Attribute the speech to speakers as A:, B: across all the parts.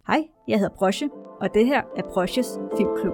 A: Hej, jeg hedder Brosje, og det her er Brosjes Filmklub.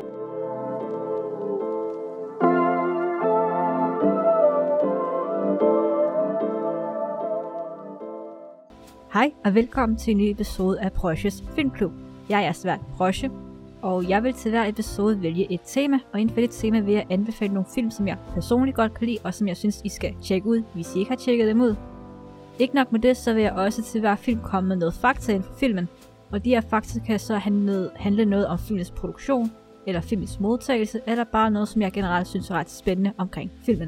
A: Hej og velkommen til en ny episode af Brosjes Filmklub. Jeg er svært Brosje, og jeg vil til hver episode vælge et tema, og inden for det tema vil jeg anbefale nogle film, som jeg personligt godt kan lide, og som jeg synes, I skal tjekke ud, hvis I ikke har tjekket dem ud. Ikke nok med det, så vil jeg også til hver film komme med noget fakta inden for filmen, og de her fakta kan så handle noget om filmens produktion, eller filmens modtagelse, eller bare noget, som jeg generelt synes er ret spændende omkring filmen.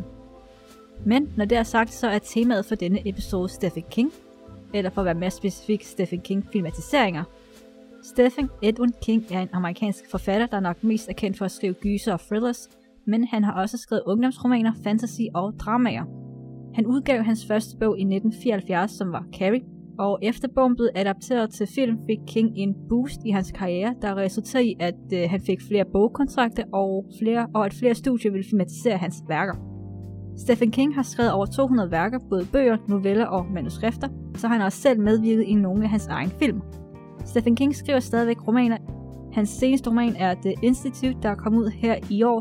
A: Men når det er sagt, så er temaet for denne episode Stephen King, eller for at være mere specifik, Stephen King filmatiseringer. Stephen Edwin King er en amerikansk forfatter, der nok mest er kendt for at skrive gyser og thrillers, men han har også skrevet ungdomsromaner, fantasy og dramaer. Han udgav hans første bog i 1974, som var Carrie, og efter bogen blev adapteret til film, fik King en boost i hans karriere, der resulterede i, at han fik flere bogkontrakter og at flere studier ville filmatisere hans værker. Stephen King har skrevet over 200 værker, både bøger, noveller og manuskrifter, så han har også selv medvirket i nogle af hans egne film. Stephen King skriver stadigvæk romaner. Hans seneste roman er The Institute, der er kommet ud her i år.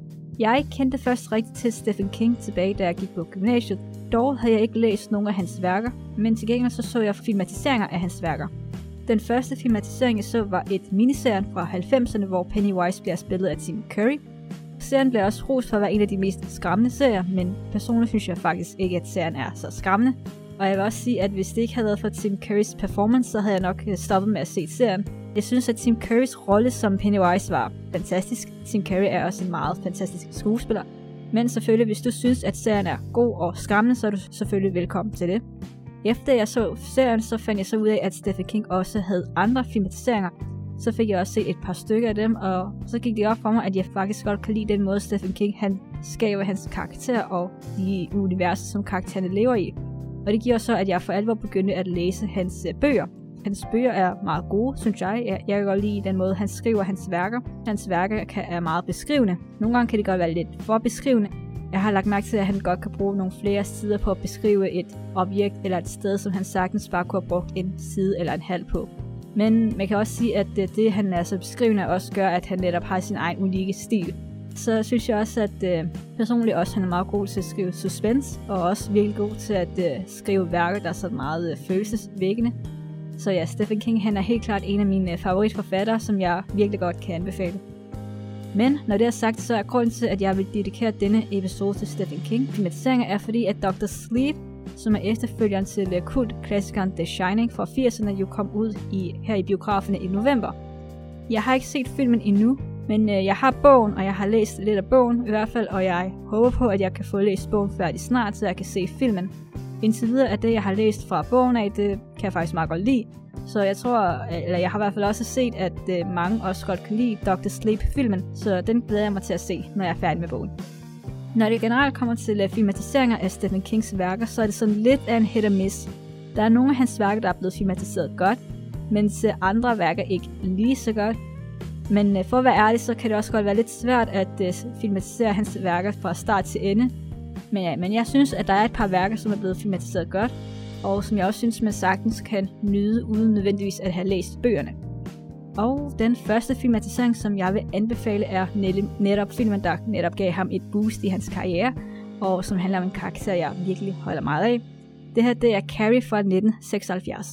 A: Jeg kendte først rigtigt til Stephen King tilbage, da jeg gik på gymnasiet. Dog havde jeg ikke læst nogen af hans værker, men til gengæld så jeg filmatiseringer af hans værker. Den første filmatisering jeg så var et miniserien fra 90'erne, hvor Pennywise bliver spillet af Tim Curry. Serien bliver også rost for at være en af de mest skræmmende serier, men personligt synes jeg faktisk ikke, at serien er så skræmmende. Og jeg vil også sige, at hvis det ikke havde været for Tim Currys performance, så havde jeg nok stoppet med at se serien. Jeg synes, at Tim Currys rolle som Pennywise var fantastisk. Tim Curry er også en meget fantastisk skuespiller. Men selvfølgelig, hvis du synes, at serien er god og skræmmende, så er du selvfølgelig velkommen til det. Efter jeg så serien, så fandt jeg så ud af, at Stephen King også havde andre filmatiseringer. Så fik jeg også set et par stykker af dem, og så gik det op for mig, at jeg faktisk godt kan lide den måde, Stephen King han skaber hans karakter og de universer, som karaktererne lever i. Og det giver så, at jeg for alvor begyndte at læse hans bøger. Hans bøger er meget gode, synes jeg. Jeg kan godt lide den måde, han skriver hans værker. Hans værker er meget beskrivende. Nogle gange kan det godt være lidt for beskrivende. Jeg har lagt mærke til, at han godt kan bruge nogle flere sider på at beskrive et objekt eller et sted, som han sagtens bare kunne have brugt en side eller en halv på. Men man kan også sige, at det han er så beskrivende også gør, at han netop har sin egen unikke stil. Så synes jeg også, at personligt også han er meget god til at skrive suspense, og også virkelig god til at skrive værker, der er så meget følelsesvækkende. Så ja, Stephen King han er helt klart en af mine favoritforfattere, som jeg virkelig godt kan anbefale. Men når det er sagt, så er grunden til, at jeg vil dedikere denne episode til Stephen King filmatiseringer, er fordi, at Dr. Sleep, som er efterfølgeren til kultklassikeren The Shining fra 80'erne, jo kom ud her i biograferne i november. Jeg har ikke set filmen endnu, men jeg har bogen, og jeg har læst lidt af bogen i hvert fald, og jeg håber på, at jeg kan få læst bogen færdig snart, så jeg kan se filmen. Indtil videre er det, jeg har læst fra bogen af, det kan jeg faktisk meget godt lide. Så jeg har i hvert fald også set, at mange også godt kan lide Dr. Sleep-filmen, så den glæder jeg mig til at se, når jeg er færdig med bogen. Når det generelt kommer til filmatiseringer af Stephen Kings værker, så er det sådan lidt af en hit og miss. Der er nogle af hans værker, der er blevet filmatiseret godt, mens andre værker ikke lige så godt. Men for at være ærlig, så kan det også godt være lidt svært at filmatisere hans værker fra start til ende. Men jeg synes, at der er et par værker, som er blevet filmatiseret godt, og som jeg også synes, man sagtens kan nyde, uden nødvendigvis at have læst bøgerne. Og den første filmatisering, som jeg vil anbefale, er netop filmen, der netop gav ham et boost i hans karriere, og som handler om en karakter, jeg virkelig holder meget af. Det her, det er Carrie fra 1976.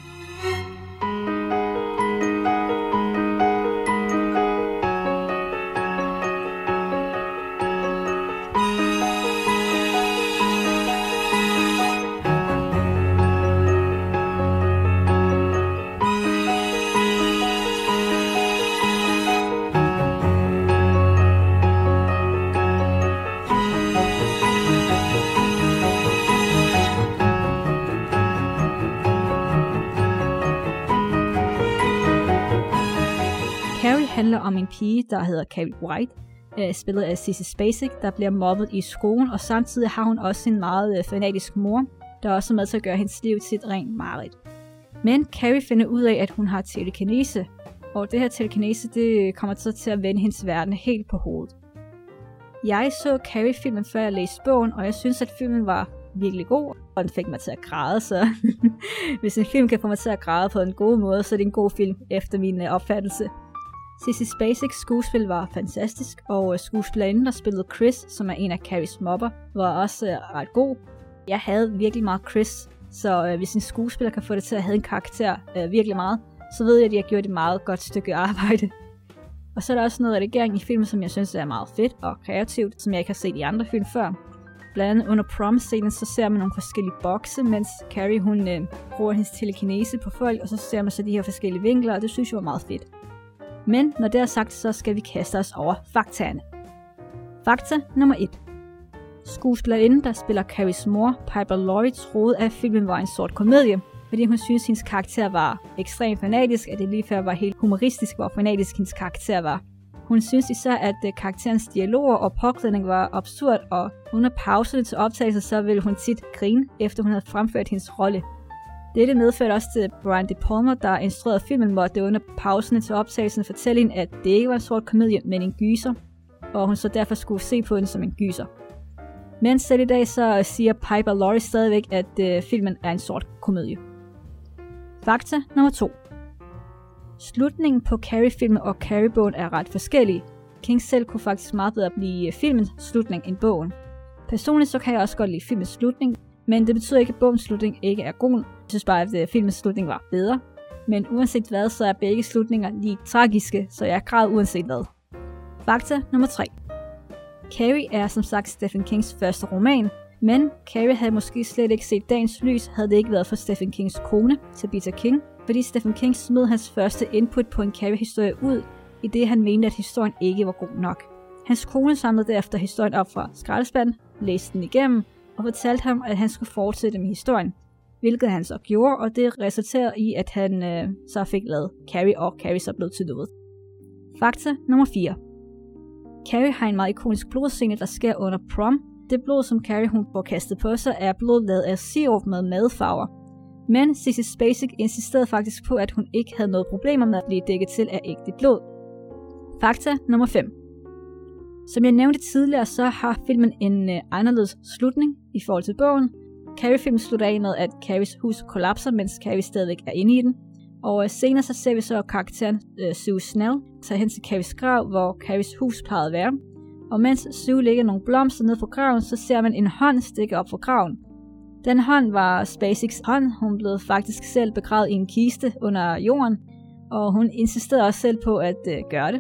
A: Carrie handler om en pige, der hedder Carrie White, spillet af Sissy Spacek, der bliver mobbet i skolen, og samtidig har hun også en meget fanatisk mor, der også er med til at gøre hendes liv til et rent mareridt. Men Carrie finder ud af, at hun har telekinese, og det her telekinese, det kommer så til at vende hendes verden helt på hovedet. Jeg så Carrie-filmen, før jeg læste bogen, og jeg synes, at filmen var virkelig god, og den fik mig til at græde, så hvis en film kan få mig til at græde på en god måde, så er det en god film efter min opfattelse. Sissy Spaceks skuespil var fantastisk, og skuespillerinden, der spillede Chris, som er en af Carries mobber, var også ret god. Jeg havde virkelig meget Chris, så hvis en skuespiller kan få det til at have en karakter virkelig meget, så ved jeg, at de har gjort et meget godt stykke arbejde. Og så er der også noget redigering i filmen, som jeg synes er meget fedt og kreativt, som jeg ikke har set i andre film før. Blandt andet under prom-scenen, så ser man nogle forskellige bokse, mens Carrie hun bruger hendes telekinese på folk, og så ser man så de her forskellige vinkler, og det synes jeg var meget fedt. Men når det er sagt, så skal vi kaste os over faktaerne. Fakta nummer 1. Skuespillerinden, der spiller Carries mor, Piper Laurie, troede, at filmen var en sort komedie, fordi hun synes, at hendes karakter var ekstremt fanatisk, at det lige før var helt humoristisk, hvor fanatisk hendes karakter var. Hun synes især, at karakterens dialoger og påklædning var absurd, og under pauserne til optagelse, så ville hun tit grine, efter hun havde fremført hendes rolle. Dette medførte også til Brian De Palma, der instruerede filmen, måtte under pauserne til optagelsen fortælle hende, at det ikke var en sort komedie, men en gyser, og hun så derfor skulle se på den som en gyser. Men selv i dag så siger Piper Laurie stadigvæk, at filmen er en sort komedie. Fakta nummer 2. Slutningen på Carrie-filmen og Carrie-bogen er ret forskellige. King selv kunne faktisk meget bedre blive filmens slutning end bogen. Personligt så kan jeg også godt lide filmens slutning, men det betyder ikke, at bogens slutning ikke er god. Jeg synes bare, at filmens slutning var bedre. Men uanset hvad, så er begge slutninger lige tragiske, så jeg græd uanset hvad. Fakta nummer 3. Carrie er som sagt Stephen Kings første roman, men Carrie havde måske slet ikke set dagens lys, havde det ikke været for Stephen Kings kone, Tabitha King, fordi Stephen King smed hans første input på en Carrie-historie ud, i det han mente, at historien ikke var god nok. Hans kone samlede derefter historien op fra skraldespanden, læste den igennem, og fortalte ham, at han skulle fortsætte med historien, hvilket han så gjorde, og det resulterede i, at han så fik lavet Carrie, og Carrie så blev til noget. Fakta nummer 4. Carrie har en meget ikonisk blodscene, der sker under prom. Det blod, som Carrie hun får kastet på sig, er blod lavet af sirup med madfarver. Men Sissy Spacek insisterede faktisk på, at hun ikke havde noget problemer med at blive dækket til af ægte blod. Fakta nummer 5. Som jeg nævnte tidligere, så har filmen en anderledes slutning i forhold til bogen. Carrie-filmen slutter af med, at Carries hus kollapser, mens Carrie stadigvæk er inde i den. Og senere så ser vi så karakteren Sue Snell tage hen til Carries grav, hvor Carries hus plejede at være. Og mens Sue lægger nogle blomster ned på graven, så ser man en hånd stikke op fra graven. Den hånd var Spaceks hånd. Hun blev faktisk selv begravet i en kiste under jorden, og hun insisterede også selv på at gøre det.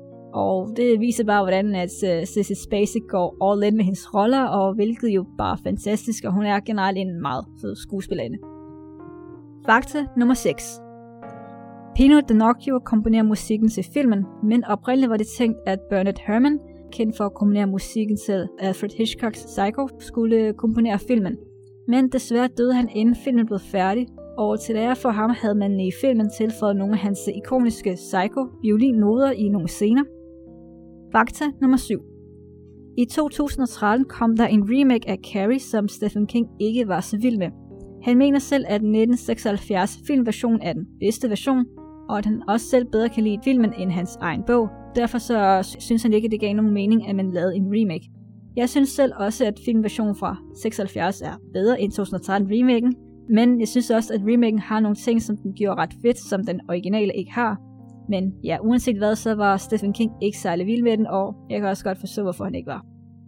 A: Og det viser bare, hvordan at Sissy Spacek går all in med hendes roller, og hvilket jo bare er fantastisk, og hun er generelt en meget fed skuespillerinde. Fakta nummer 6. Pino D'Annunzio komponerer musikken til filmen, men oprindeligt var det tænkt, at Bernard Herrmann, kendt for at komponere musikken til Alfred Hitchcocks Psycho, skulle komponere filmen. Men desværre døde han inden filmen blev færdig, og til ære for ham havde man i filmen tilføjet nogle af hans ikoniske Psycho-violinnoder i nogle scener. Fakta nummer 7. I 2013 kom der en remake af Carrie, som Stephen King ikke var så vild med. Han mener selv, at 1976 filmversion er den bedste version, og at han også selv bedre kan lide filmen end hans egen bog. Derfor så synes han ikke, at det gav nogen mening, at man lavede en remake. Jeg synes selv også, at filmversionen fra 76 er bedre end 2013 remaken, men jeg synes også, at remaken har nogle ting, som den gjorde ret fedt, som den originale ikke har. Men ja, uanset hvad, så var Stephen King ikke særlig vild med den, og jeg kan også godt forstå, hvorfor han ikke var.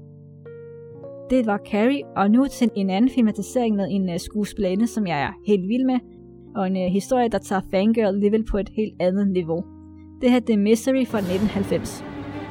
A: Det var Carrie, og nu til en anden filmatisering med en skuespillerinde, som jeg er helt vild med, og en historie, der tager fangirl level på et helt andet niveau. Det her er Misery fra 1990.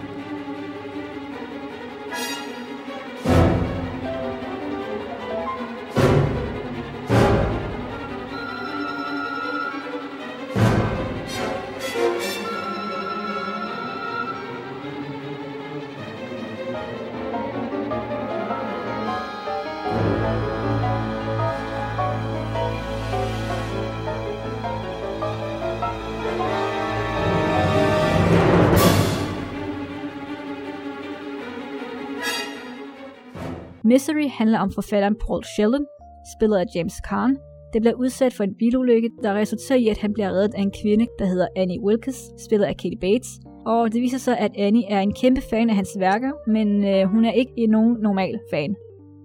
A: Misery handler om forfatteren Paul Sheldon, spillet af James Caan. Det bliver udsat for en bilulykke, der resulterer i, at han bliver reddet af en kvinde, der hedder Annie Wilkes, spillet af Katie Bates. Og det viser sig, at Annie er en kæmpe fan af hans værker, men hun er ikke nogen normal fan.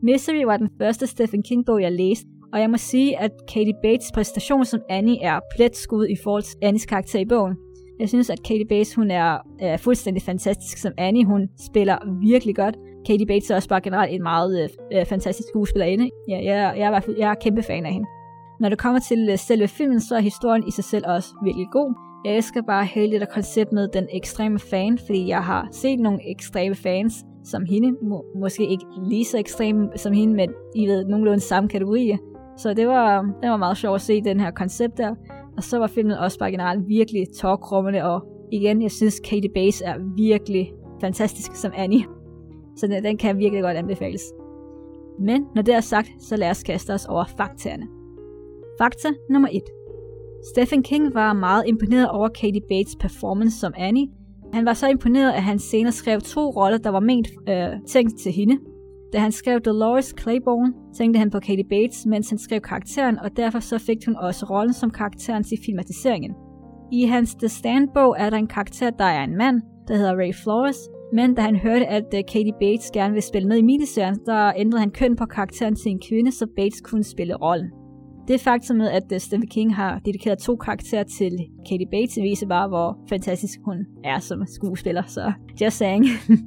A: Misery var den første Stephen King-bog, jeg læste, og jeg må sige, at Katie Bates' præstation som Annie er pletskud i forhold til Annies karakter i bogen. Jeg synes, at Katie Bates, hun er fuldstændig fantastisk som Annie. Hun spiller virkelig godt. Katie Bates er også bare generelt en meget fantastisk skuespillerinde. Jeg er kæmpe fan af hende. Når det kommer til selve filmen, så er historien i sig selv også virkelig god. Jeg elsker bare hele det der koncept med den ekstreme fan, fordi jeg har set nogle ekstreme fans som hende. Måske ikke lige så ekstreme som hende, men I ved, nogenlunde samme kategori. Så det var meget sjovt at se den her koncept der. Og så var filmen også bare generelt virkelig tårkrummende, og igen, jeg synes Katie Bates er virkelig fantastisk som Annie. Så den kan virkelig godt anbefales. Men når det er sagt, så lad os kaste os over faktaerne. Fakta nummer 1. Stephen King var meget imponeret over Katie Bates' performance som Annie. Han var så imponeret, at han senere skrev 2 roller, der var tænkt til hende. Da han skrev Dolores Claiborne, tænkte han på Katie Bates, mens han skrev karakteren, og derfor så fik hun også rollen som karakteren til filmatiseringen. I hans The Stand-bog er der en karakter, der er en mand, der hedder Ray Flores, men da han hørte, at Katie Bates gerne ville spille med i miniserien, der ændrede han køn på karakteren til en kvinde, så Bates kunne spille rollen. Det faktum med, at Stephen King har dedikeret 2 karakterer til Katie Bates, viser bare, hvor fantastisk hun er som skuespiller, så just saying.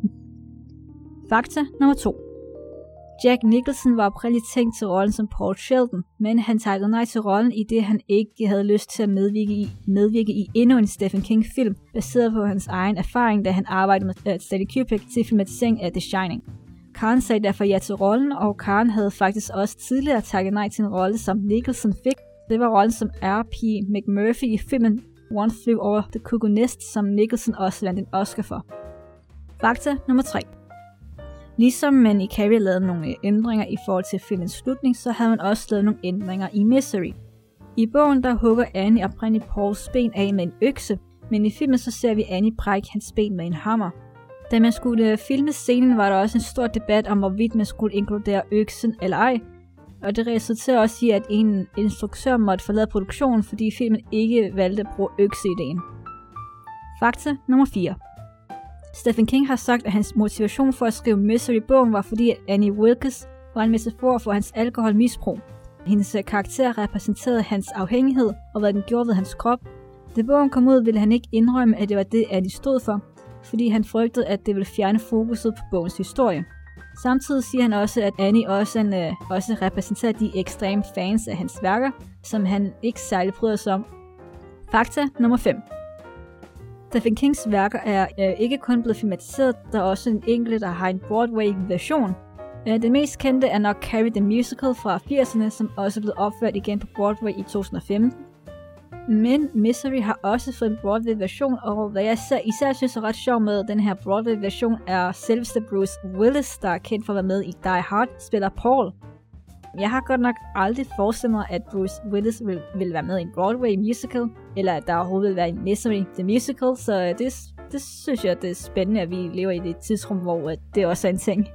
A: Fakta nummer 2. Jack Nicholson var oprindeligt tænkt til rollen som Paul Sheldon, men han takkede nej til rollen, i det han ikke havde lyst til at medvirke i endnu en Stephen King-film, baseret på hans egen erfaring, da han arbejdede med Stanley Kubrick til filmatisering af The Shining. Karen sagde derfor ja til rollen, og Karen havde faktisk også tidligere takket nej til en rolle, som Nicholson fik. Det var rollen som R.P. McMurphy i filmen One Flew Over the Cuckoo's Nest, som Nicholson også vandt en Oscar for. Fakta nummer 3. Ligesom man i Carrie lavede nogle ændringer i forhold til filmens slutning, så havde man også lavet nogle ændringer i Misery. I bogen der hugger Annie oprindeligt Pauls ben af med en økse, men i filmen så ser vi Annie brække hans ben med en hammer. Da man skulle filme scenen, var der også en stor debat om, hvorvidt man skulle inkludere øksen eller ej. Og det resulterede også i, at en instruktør måtte forlade produktionen, fordi filmen ikke valgte at bruge økseideen. Fakta nummer 4. Stephen King har sagt, at hans motivation for at skrive Misery-bogen var, fordi at Annie Wilkes var en metafor for hans alkoholmisbrug. Hendes karakter repræsenterede hans afhængighed og hvad den gjorde ved hans krop. Da bogen kom ud, ville han ikke indrømme, at det var det, Annie stod for, fordi han frygtede, at det ville fjerne fokuset på bogens historie. Samtidig siger han også, at Annie også repræsenterer de ekstreme fans af hans værker, som han ikke særlig bryder sig om. Fakta nummer 5. Stephen Kings værker er ikke kun blevet filmatiseret, der er også en enkelt, der har en Broadway-version. Den mest kendte er nok Carrie the Musical fra 80'erne, som også er blevet opført igen på Broadway i 2015. Men Misery har også fået en Broadway-version, og hvad jeg især synes er ret sjov med den her Broadway-version, er selveste Bruce Willis, der er kendt for at være med i Die Hard, spiller Paul. Jeg har godt nok aldrig forestillet mig, at Bruce Willis vil være med i en Broadway musical, eller at der overhovedet vil være en Misery the Musical, så det synes jeg, det er spændende, at vi lever i et tidsrum, hvor det også er en ting.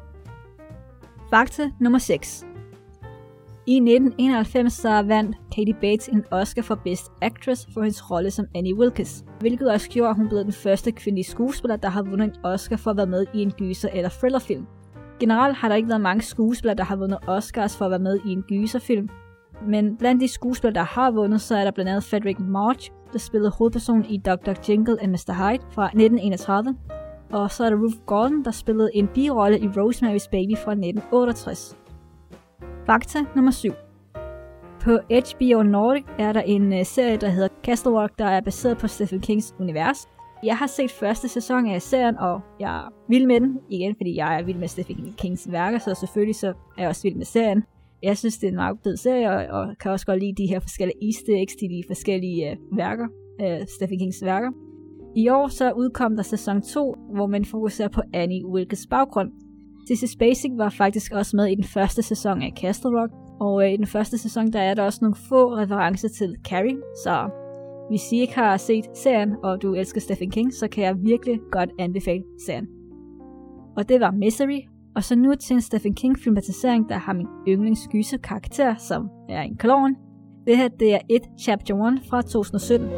A: Fakta nummer 6. I 1991 så vandt Katie Bates en Oscar for Best Actress for hendes rolle som Annie Wilkes, hvilket også gjorde, at hun blev den første kvindelige skuespiller, der har vundet en Oscar for at være med i en gyser- eller thrillerfilm. Generelt har der ikke været mange skuespillere, der har vundet Oscars for at være med i en gyserfilm, men blandt de skuespillere, der har vundet, så er der blandt andet Frederick March, der spillede hovedpersonen i Dr. Jekyll and Mr. Hyde fra 1931, og så er der Ruth Gordon, der spillede en birolle i Rosemary's Baby fra 1968. Fakta nummer 7. På HBO Nordic er der en serie, der hedder Castle Rock, der er baseret på Stephen Kings univers. Jeg har set første sæson af serien, og jeg er vild med den, igen fordi jeg er vild med Stephen Kings værker, så selvfølgelig så er jeg også vild med serien. Jeg synes, det er en meget fed serie, og kan også godt lide de her forskellige easter eggs til de forskellige værker, Stephen Kings værker. I år så udkom der sæson 2, hvor man fokuserer på Annie Wilkes baggrund. Sissy Spacek var faktisk også med i den første sæson af Castle Rock, og i den første sæson der er der også nogle få referencer til Carrie, så hvis I ikke har set serien, og du elsker Stephen King, så kan jeg virkelig godt anbefale serien. Og det var Misery, og så nu til en Stephen King filmatisering, der har min yndlingsgyser karakter, som er en klovn. Det her det er It Chapter 1 fra 2017.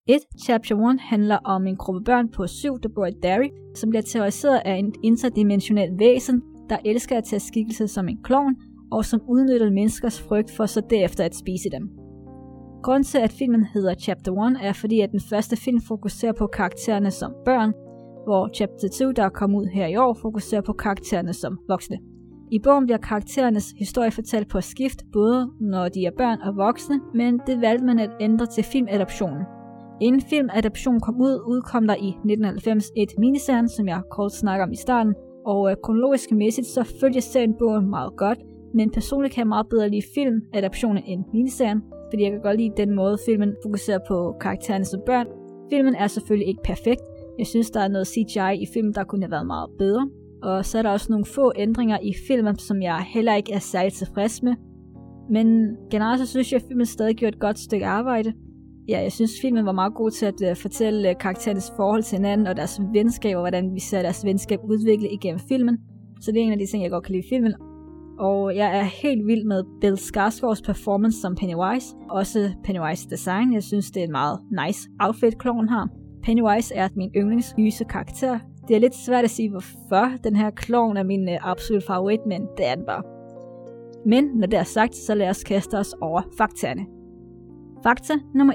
A: Chapter 1 handler om en gruppe børn på 7, der bor i Derry, som bliver terroriseret af en interdimensionel væsen, der elsker at tage skikkelse som en klovn, og som udnytter menneskers frygt for så derefter at spise dem. Grunden til, at filmen hedder Chapter 1, er fordi, at den første film fokuserer på karaktererne som børn, hvor Chapter 2, der er kommet ud her i år, fokuserer på karaktererne som voksne. I bogen bliver karakterernes historie fortalt på skift, både når de er børn og voksne, men det valgte man at ændre til filmadaptionen. Inden filmadaptionen kom ud, udkom der i 1990 et miniserien, som jeg kort snakker om i starten, og kronologisk mæssigt så følger serien bogen meget godt, men personligt kan jeg meget bedre lide filmadaptionen end miniserien, fordi jeg kan godt lide den måde, filmen fokuserer på karaktererne som børn. Filmen er selvfølgelig ikke perfekt. Jeg synes, der er noget CGI i filmen, der kunne have været meget bedre. Og så er der også nogle få ændringer i filmen, som jeg heller ikke er særlig tilfreds med. Men generelt så synes jeg, at filmen stadig gjorde et godt stykke arbejde. Ja, jeg synes, filmen var meget god til at fortælle karakterernes forhold til hinanden og deres venskab, og hvordan vi ser deres venskab udvikle igennem filmen. Så det er en af de ting, jeg godt kan lide i filmen. Og jeg er helt vild med Bill Skarsgårds performance som Pennywise. Også Pennywise design. Jeg synes, det er en meget nice outfit, klovnen har. Pennywise er min yndlingslyse karakter. Det er lidt svært at sige, hvorfor den her klovn er min absolut favorit, men det er den bare. Men når det er sagt, så lad os kaste os over faktaerne. Fakta nummer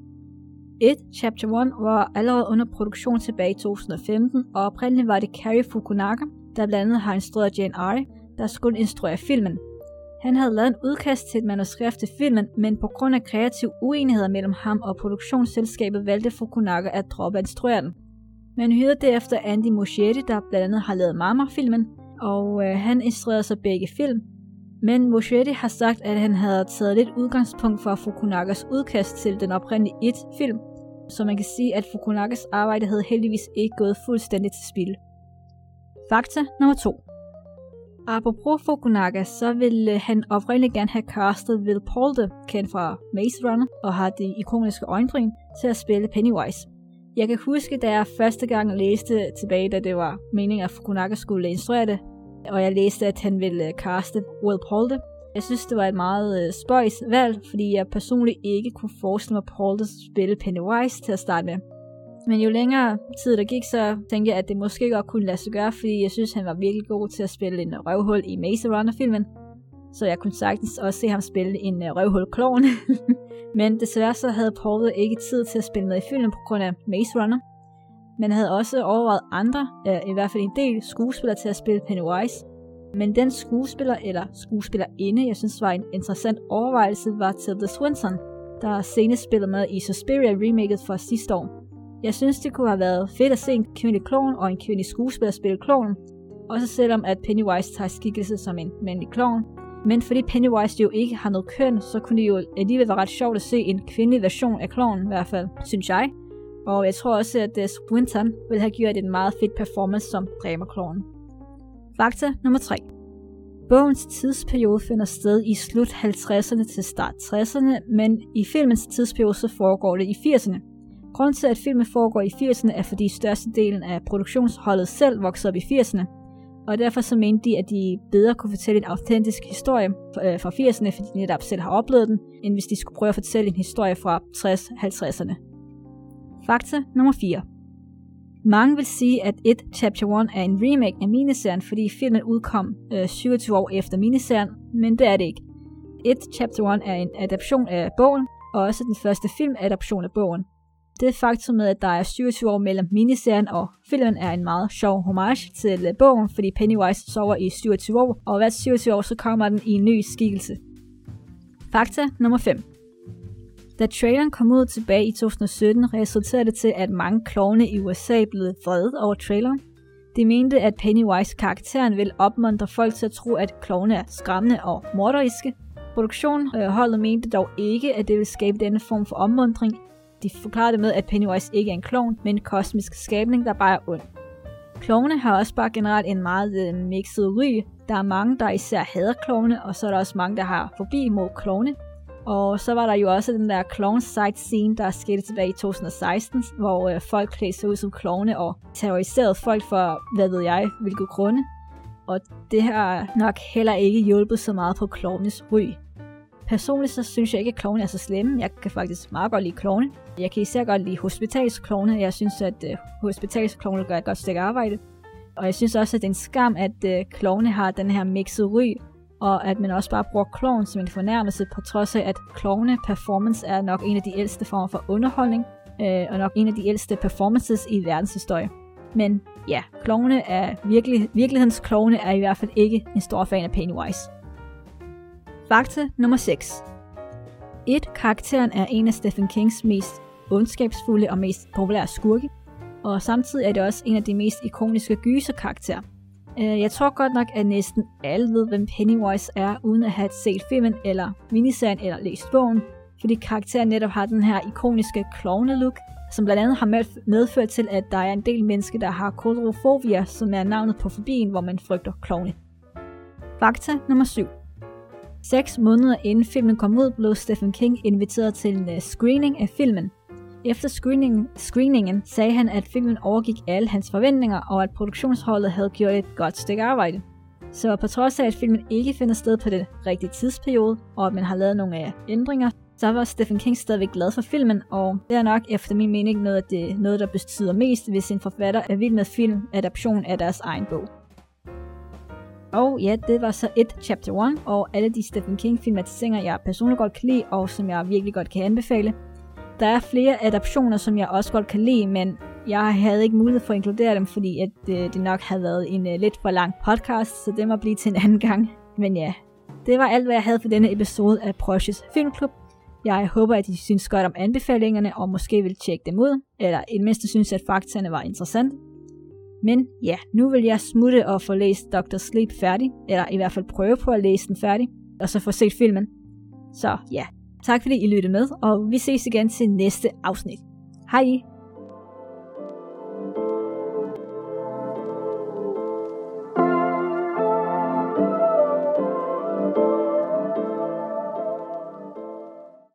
A: 1. Chapter 1 var allerede under produktion tilbage i 2015, og oprindeligt var det Cary Fukunaga, der blandt andet har instrueret Jane Eyre, der skulle instruere filmen. Han havde lavet en udkast til et manuskript til filmen, men på grund af kreativ uenigheder mellem ham og produktionsselskabet valgte Fukunaga at droppe at instruere den. Man hyrede derefter Andy Muschietti, der blandt andet har lavet Mama-filmen, og han instruerede så begge film. Men Muschietti har sagt, at han havde taget lidt udgangspunkt for Fukunagas udkast til den oprindelige film, så man kan sige, at Fukunagas arbejde havde heldigvis ikke gået fuldstændig til spilde. Fakta nummer 2. Apropos Fukunaga, så ville han oprindeligt gerne have castet Will Poulter, kendt fra Maze Runner, og har de ikoniske øjenbryn, til at spille Pennywise. Jeg kan huske, da jeg første gang læste tilbage, da det var meningen, at Fukunaga skulle instruere det, og jeg læste, at han ville caste Will Poulter. Jeg synes, det var et meget spøjs valg, fordi jeg personligt ikke kunne forestille mig Poulter spille Pennywise til at starte med. Men jo længere tid der gik, så tænkte jeg, at det måske godt kunne lade sig gøre, fordi jeg synes, han var virkelig god til at spille en røvhul i Maze Runner-filmen. Så jeg kunne sagtens også se ham spille en røvhul-klovn. Men desværre så havde Poulter ikke tid til at spille med i filmen på grund af Maze Runner. Man havde også overvejet andre, i hvert fald en del skuespillere til at spille Pennywise. Men den skuespiller eller skuespillerinde, jeg synes var en interessant overvejelse, var Tilda Swinton, der senest spillede med i Suspiria-remaket fra sidste år. Jeg synes, det kunne have været fedt at se en kvindelig klovn og en kvindelig skuespiller spille klovnen, også selvom at Pennywise tager skikkelse som en mandlig klovn. Men fordi Pennywise jo ikke har noget køn, så kunne det jo alligevel være ret sjovt at se en kvindelig version af klovnen, i hvert fald, synes jeg. Og jeg tror også, at Swinton ville have gjort en meget fed performance som Dræberklovnen. Fakta nummer 3. Bogens tidsperiode finder sted i slut 50'erne til start 60'erne, men i filmens tidsperiode så foregår det i 80'erne. Grunden til, at filmen foregår i 80'erne, er fordi størstedelen af produktionsholdet selv voksede op i 80'erne. Og derfor så mente de, at de bedre kunne fortælle en autentisk historie fra 80'erne, fordi de netop selv har oplevet den, end hvis de skulle prøve at fortælle en historie fra 60-50'erne. Fakta nummer 4. Mange vil sige, at Chapter 1 er en remake af miniserien, fordi filmen udkom 27 år efter miniserien, men det er det ikke. Chapter 1 er en adaption af bogen, og også den første filmadaption af bogen. Det faktum med, at der er 27 år mellem miniserien og filmen, er en meget sjov homage til bogen, fordi Pennywise sover i 27 år, og hvert 27 år så kommer den i en ny skikkelse. Fakta nummer 5. Da traileren kom ud tilbage i 2017, resulterede det til, at mange klovne i USA blev vrede over traileren. De mente, at Pennywise-karakteren ville opmuntre folk til at tro, at klovne er skræmmende og morderiske. Produktionsholdet mente dog ikke, at det ville skabe denne form for opmuntring. De forklarede med, at Pennywise ikke er en klovn, men en kosmisk skabning, der bare er ond. Klovne har også bare generelt en meget mixet ry. Der er mange, der især hader klovne, og så er der også mange, der har fobi mod klovne. Og så var der jo også den der clown sight scene, der skete tilbage i 2016, hvor folk klædte sig ud som klovne og terroriserede folk for, hvad ved jeg, hvilke grunde. Og det har nok heller ikke hjulpet så meget på klovnes ry. Personligt så synes jeg ikke, at klovne er så slemme. Jeg kan faktisk meget godt lide klovne. Jeg kan især godt lide hospitalsklovne. Jeg synes, at hospitalsklovne gør et godt stykke arbejde. Og jeg synes også, at det er en skam, at klovne har den her mixede ry, og at man også bare bruger klovn som en fornærmelse, på trods af, at klovne performance er nok en af de ældste former for underholdning, og nok en af de ældste performances i verdenshistorie. Men ja, klovne er virkelighedens klovne er i hvert fald ikke en stor fan af Pennywise. Fakta nummer 6. Karakteren er en af Stephen Kings mest ondskabsfulde og mest populære skurke, og samtidig er det også en af de mest ikoniske gyserkarakterer. Jeg tror godt nok, at næsten alle ved, hvem Pennywise er, uden at have set filmen eller miniserien eller læst bogen, fordi karakteren netop har den her ikoniske klovne-look, som blandt andet har medført til, at der er en del mennesker, der har coulrofobia, som er navnet på fobien, hvor man frygter klovne. Fakta nummer 7. 6 måneder inden filmen kom ud, blev Stephen King inviteret til en screening af filmen. Efter screeningen sagde han, at filmen overgik alle hans forventninger, og at produktionsholdet havde gjort et godt stykke arbejde. Så på trods af, at filmen ikke finder sted på den rigtige tidsperiode, og at man har lavet nogle ændringer, så var Stephen King stadigvæk glad for filmen, og det er nok efter min mening noget, der betyder mest, hvis en forfatter er vild med filmadaption af deres egen bog. Og ja, det var så Chapter 1, og alle de Stephen King filmatiseringer, jeg personligt godt kan lide, og som jeg virkelig godt kan anbefale. Der er flere adaptioner, som jeg også godt kan lide, men jeg havde ikke mulighed for at inkludere dem, fordi at det nok havde været en lidt for lang podcast, så det må blive til en anden gang. Men ja, det var alt, hvad jeg havde for denne episode af Preuss's Filmklub. Jeg håber, at I synes godt om anbefalingerne, og måske vil tjekke dem ud, eller i det mindste synes, at faktaene var interessante. Men ja, nu vil jeg smutte og få læst Dr. Sleep færdig, eller i hvert fald prøve på at læse den færdig, og så få set filmen. Så ja, tak fordi I lyttede med, og vi ses igen til næste afsnit. Hej!